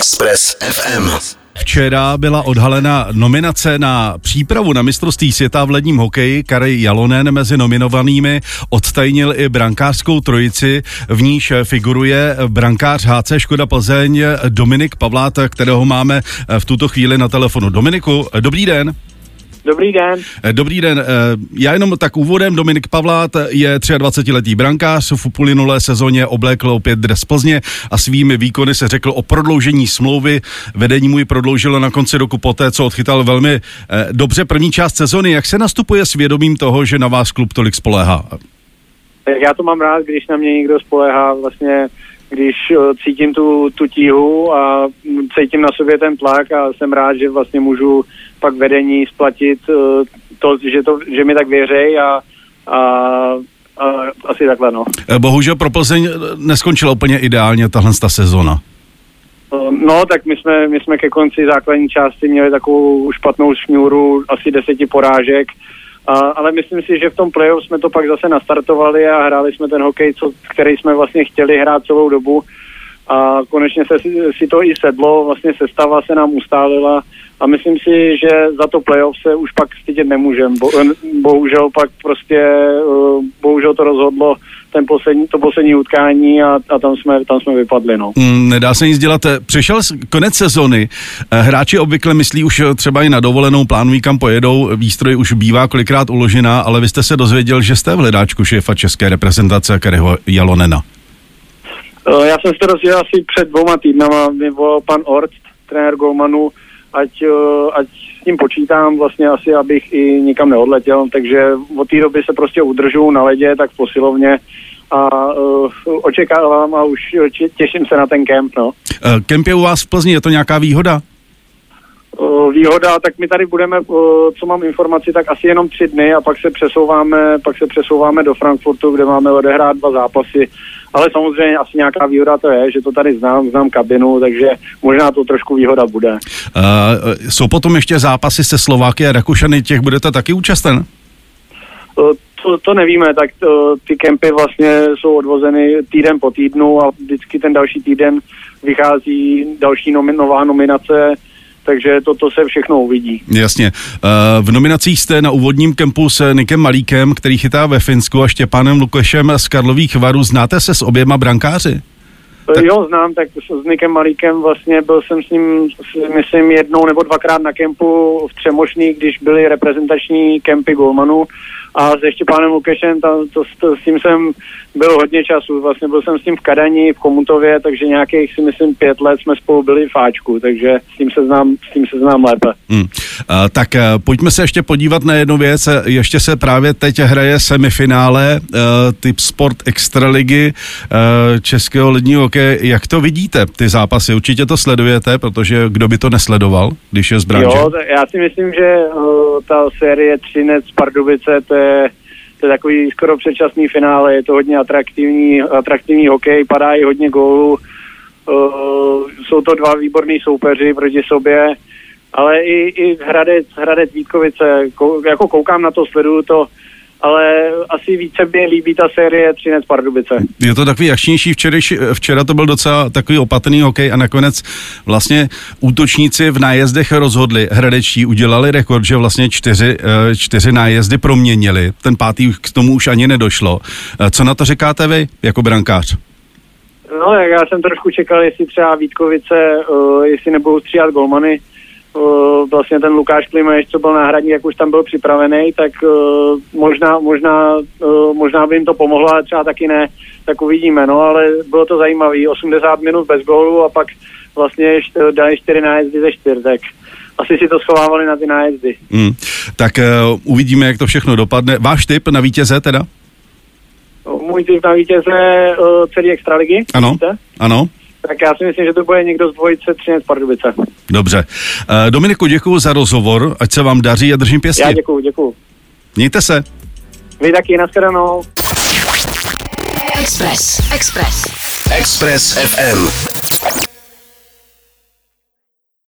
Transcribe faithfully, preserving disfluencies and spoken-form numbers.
Express ef em. Včera byla odhalena nominace na přípravu na mistrovství světa v ledním hokeji. Kari Jalonen mezi nominovanými odtajnil i brankářskou trojici, v níž figuruje brankář há cé Škoda Plzeň Dominik Pavlát, kterého máme v tuto chvíli na telefonu. Dominiku, dobrý den. Dobrý den. Dobrý den. Já jenom tak úvodem. Dominik Pavlát je dvacetiletý brankář, v uplynulé sezóně oblékl opět dres Plzně a svými výkony se řekl o prodloužení smlouvy. Vedení mu ji prodloužilo na konci roku poté, co odchytal velmi dobře první část sezony. Jak se nastupuje s vědomím toho, že na vás klub tolik spoléhá? Já to mám rád, když na mě někdo spoléhá, vlastně když cítím tu, tu tíhu a cítím na sobě ten tlak a jsem rád, že vlastně můžu pak vedení splatit to, že, to, že mi tak věří a, a, a asi takhle, no. Bohužel pro Plzeň neskončila úplně ideálně tahle ta sezona. No, tak my jsme, my jsme ke konci základní části měli takovou špatnou šňůru asi deseti porážek, a, ale myslím si, že v tom playoff jsme to pak zase nastartovali a hráli jsme ten hokej, co, který jsme vlastně chtěli hrát celou dobu a konečně se si, si to i sedlo, vlastně sestava se nám ustálila a myslím si, že za to playoff se už pak stydět nemůžem. Bo, bohužel pak prostě, bohužel to rozhodlo ten poslední, to poslední utkání a, a tam jsme, tam jsme vypadli, no. Mm, nedá se nic dělat. Přišel konec sezony, hráči obvykle myslí už třeba i na dovolenou, plánují kam pojedou, výstroj už bývá kolikrát uložená, ale vy jste se dozvěděl, že jste v hledáčku šéfa české reprezentace Kariho Jalonena. Já jsem se to dozvěděl asi před dvouma týdnama, mi volal pan Ort, trenér golmanů, ať, ať s ním počítám vlastně asi, abych i nikam neodletěl, takže od té doby se prostě udržu na ledě, tak v posilovně a uh, očekávám a už těším se na ten kemp, no. Kemp je u vás v Plzni, je to nějaká výhoda? Uh, výhoda, tak my tady budeme, uh, co mám informaci, tak asi jenom tři dny a pak se přesouváme, pak se přesouváme do Frankfurtu, kde máme odehrát dva zápasy. Ale samozřejmě asi nějaká výhoda to je, že to tady znám, znám kabinu, takže možná to trošku výhoda bude. Uh, jsou potom ještě zápasy se Slováky a Rakušany, těch budete taky účasten? Uh, to, to nevíme, tak to, ty kempy vlastně jsou odvozeny týden po týdnu a vždycky ten další týden vychází další nomi- nová nominace, takže toto se všechno uvidí. Jasně. V nominacích jste na úvodním kempu s Nikem Malíkem, který chytá ve Finsku, a Štěpánem Lukešem z Karlových Varů. Znáte se s oběma brankáři? Tak... Jo, znám, tak s Nikem Malíkem vlastně byl jsem s ním, myslím, jednou nebo dvakrát na kempu v Třemošní, když byly reprezentační kempy golmanů. A s Štěpánem Lukešem, tam, to, to, s tím jsem byl hodně času, vlastně byl jsem s tím v Kadani, v Chomutově, takže nějakých si myslím pět let jsme spolu byli v Áčku, takže s tím se znám, s tím se znám lépe. Hmm. A, tak a, pojďme se ještě podívat na jednu věc, ještě se právě teď hraje semifinále uh, typ Sport Extraligy uh, českého ledního hokeje. Jak to vidíte, ty zápasy? Určitě to sledujete, protože kdo by to nesledoval, když je z branže? Jo, já si myslím, že uh, ta série Třinec Pardubice, to je to je takový skoro předčasný finále, je to hodně atraktivní, atraktivní hokej, padá i hodně gólů, uh, jsou to dva výborní soupeři proti sobě, ale i, i Hradec, Hradec Vítkovice, kou, jako koukám na to, sleduju to, ale asi více mě líbí ta série Třinec Pardubice. Je to takový akčnější, včera, včera to byl docela takový opatrný hokej a nakonec vlastně útočníci v nájezdech rozhodli, hradečtí udělali rekord, že vlastně čtyři, čtyři nájezdy proměnili, ten pátý k tomu už ani nedošlo. Co na to říkáte vy jako brankář? No, já jsem trošku čekal, jestli třeba Vítkovice, uh, jestli nebudou stříhat golmany. Uh, vlastně ten Lukáš Klimeš, co byl náhradník, jak už tam byl připravený, tak uh, možná, možná, uh, možná by jim to pomohlo, ale třeba taky ne, tak uvidíme, no, ale bylo to zajímavé, osmdesát minut bez gólu a pak vlastně dali čtyři nájezdy ze čtyř, tak asi si to schovávali na ty nájezdy. Hmm. Tak uh, uvidíme, jak to všechno dopadne. Váš tip na vítěze teda? Můj tip na vítěze uh, celý Extraligy. Ano, víte? ano. Tak já si myslím, že to bude někdo z dvojice Třinec Pardubice. Dobře. Uh, Dominiku, děkuju za rozhovor, ať se vám daří a držím pěstí. Já děkuju, děkuju. Mějte se. Vy taky, nashledanou. Express. Express. Express ef em.